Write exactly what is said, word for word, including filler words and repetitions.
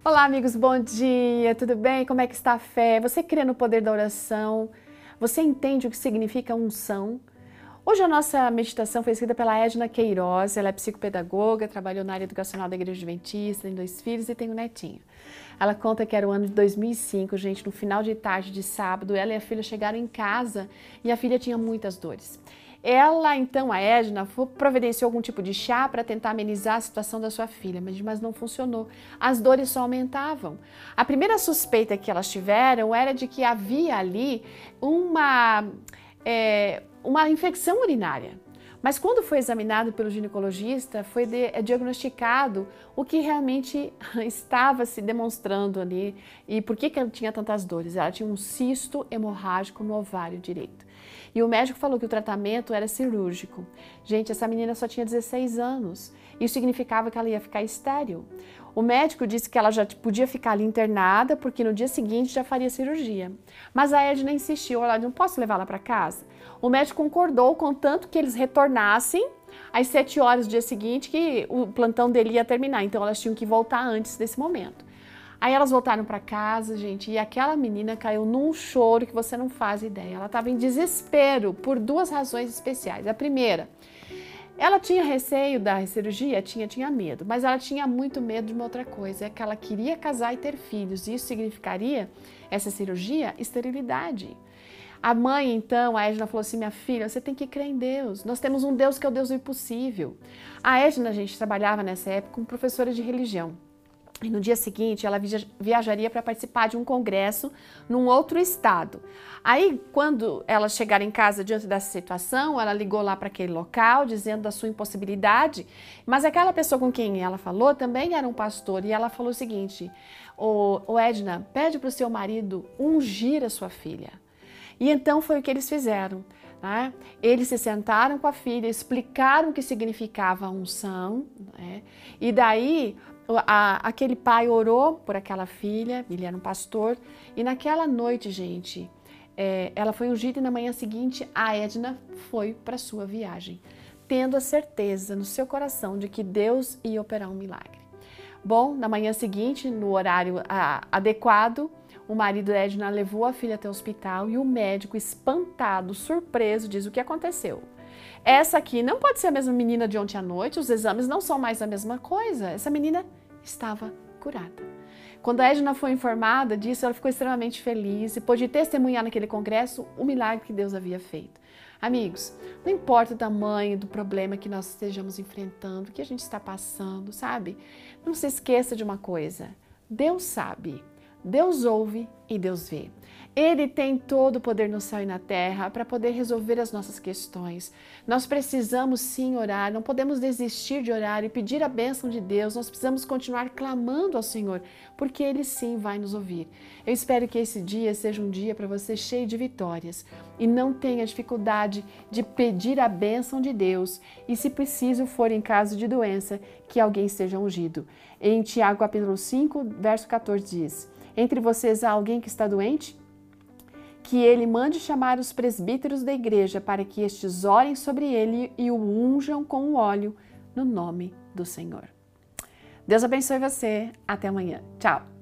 Olá, amigos, bom dia, tudo bem? Como é que está a fé? Você crê no poder da oração? Você entende o que significa unção? Hoje a nossa meditação foi escrita pela Edna Queiroz, ela é psicopedagoga, trabalhou na área educacional da Igreja Adventista, tem dois filhos e tem um netinho. Ela conta que era o ano de dois mil e cinco, gente, no final de tarde de sábado, ela e a filha chegaram em casa e a filha tinha muitas dores. Ela, então, a Edna, providenciou algum tipo de chá para tentar amenizar a situação da sua filha, mas, mas não funcionou. As dores só aumentavam. A primeira suspeita que elas tiveram era de que havia ali uma, é, uma infecção urinária. Mas quando foi examinado pelo ginecologista, foi de, é, diagnosticado o que realmente estava se demonstrando ali e por que, que ela tinha tantas dores. Ela tinha um cisto hemorrágico no ovário direito. E o médico falou que o tratamento era cirúrgico. Gente, essa menina só tinha dezesseis anos. Isso significava que ela ia ficar estéril. O médico disse que ela já podia ficar ali internada, porque no dia seguinte já faria cirurgia. Mas a Edna insistiu, ela não posso levá-la para casa? O médico concordou, contanto que eles retornassem às sete horas do dia seguinte, que o plantão dele ia terminar. Então elas tinham que voltar antes desse momento. Aí elas voltaram para casa, gente, e aquela menina caiu num choro que você não faz ideia. Ela estava em desespero por duas razões especiais. A primeira, ela tinha receio da cirurgia? Tinha, tinha medo, mas ela tinha muito medo de uma outra coisa, é que ela queria casar e ter filhos. Isso significaria, essa cirurgia, esterilidade. A mãe, então, a Edna falou assim, minha filha, você tem que crer em Deus. Nós temos um Deus que é o Deus do impossível. A Edna, a gente trabalhava nessa época como professora de religião. E no dia seguinte, ela viajaria para participar de um congresso num outro estado. Aí, quando ela chegar em casa diante dessa situação, ela ligou lá para aquele local, dizendo da sua impossibilidade. Mas aquela pessoa com quem ela falou também era um pastor. E ela falou o seguinte, ô, ô Edna, pede para o seu marido ungir a sua filha. E então foi o que eles fizeram. Né? Eles se sentaram com a filha, explicaram o que significava a unção. Né? E daí... A, aquele pai orou por aquela filha, ele era um pastor, e naquela noite, gente, é, ela foi ungida e na manhã seguinte a Edna foi para sua viagem, tendo a certeza no seu coração de que Deus ia operar um milagre. Bom, na manhã seguinte, no horário a, adequado, o marido da Edna levou a filha até o hospital e o médico, espantado, surpreso, diz o que aconteceu. Essa aqui não pode ser a mesma menina de ontem à noite, os exames não são mais a mesma coisa. Essa menina estava curada. Quando a Edna foi informada disso, ela ficou extremamente feliz e pôde testemunhar naquele congresso o milagre que Deus havia feito. Amigos, não importa o tamanho do problema que nós estejamos enfrentando, o que a gente está passando, sabe? Não se esqueça de uma coisa, Deus sabe, Deus ouve e Deus vê. Ele tem todo o poder no céu e na terra para poder resolver as nossas questões. Nós precisamos sim orar, não podemos desistir de orar e pedir a bênção de Deus. Nós precisamos continuar clamando ao Senhor, porque Ele sim vai nos ouvir. Eu espero que esse dia seja um dia para você cheio de vitórias e não tenha dificuldade de pedir a bênção de Deus e, se preciso for em caso de doença, que alguém seja ungido. Em Tiago capítulo cinco, verso quatorze diz, entre vocês há alguém que está doente? Que ele mande chamar os presbíteros da igreja para que estes orem sobre ele e o unjam com o óleo no nome do Senhor. Deus abençoe você. Até amanhã. Tchau.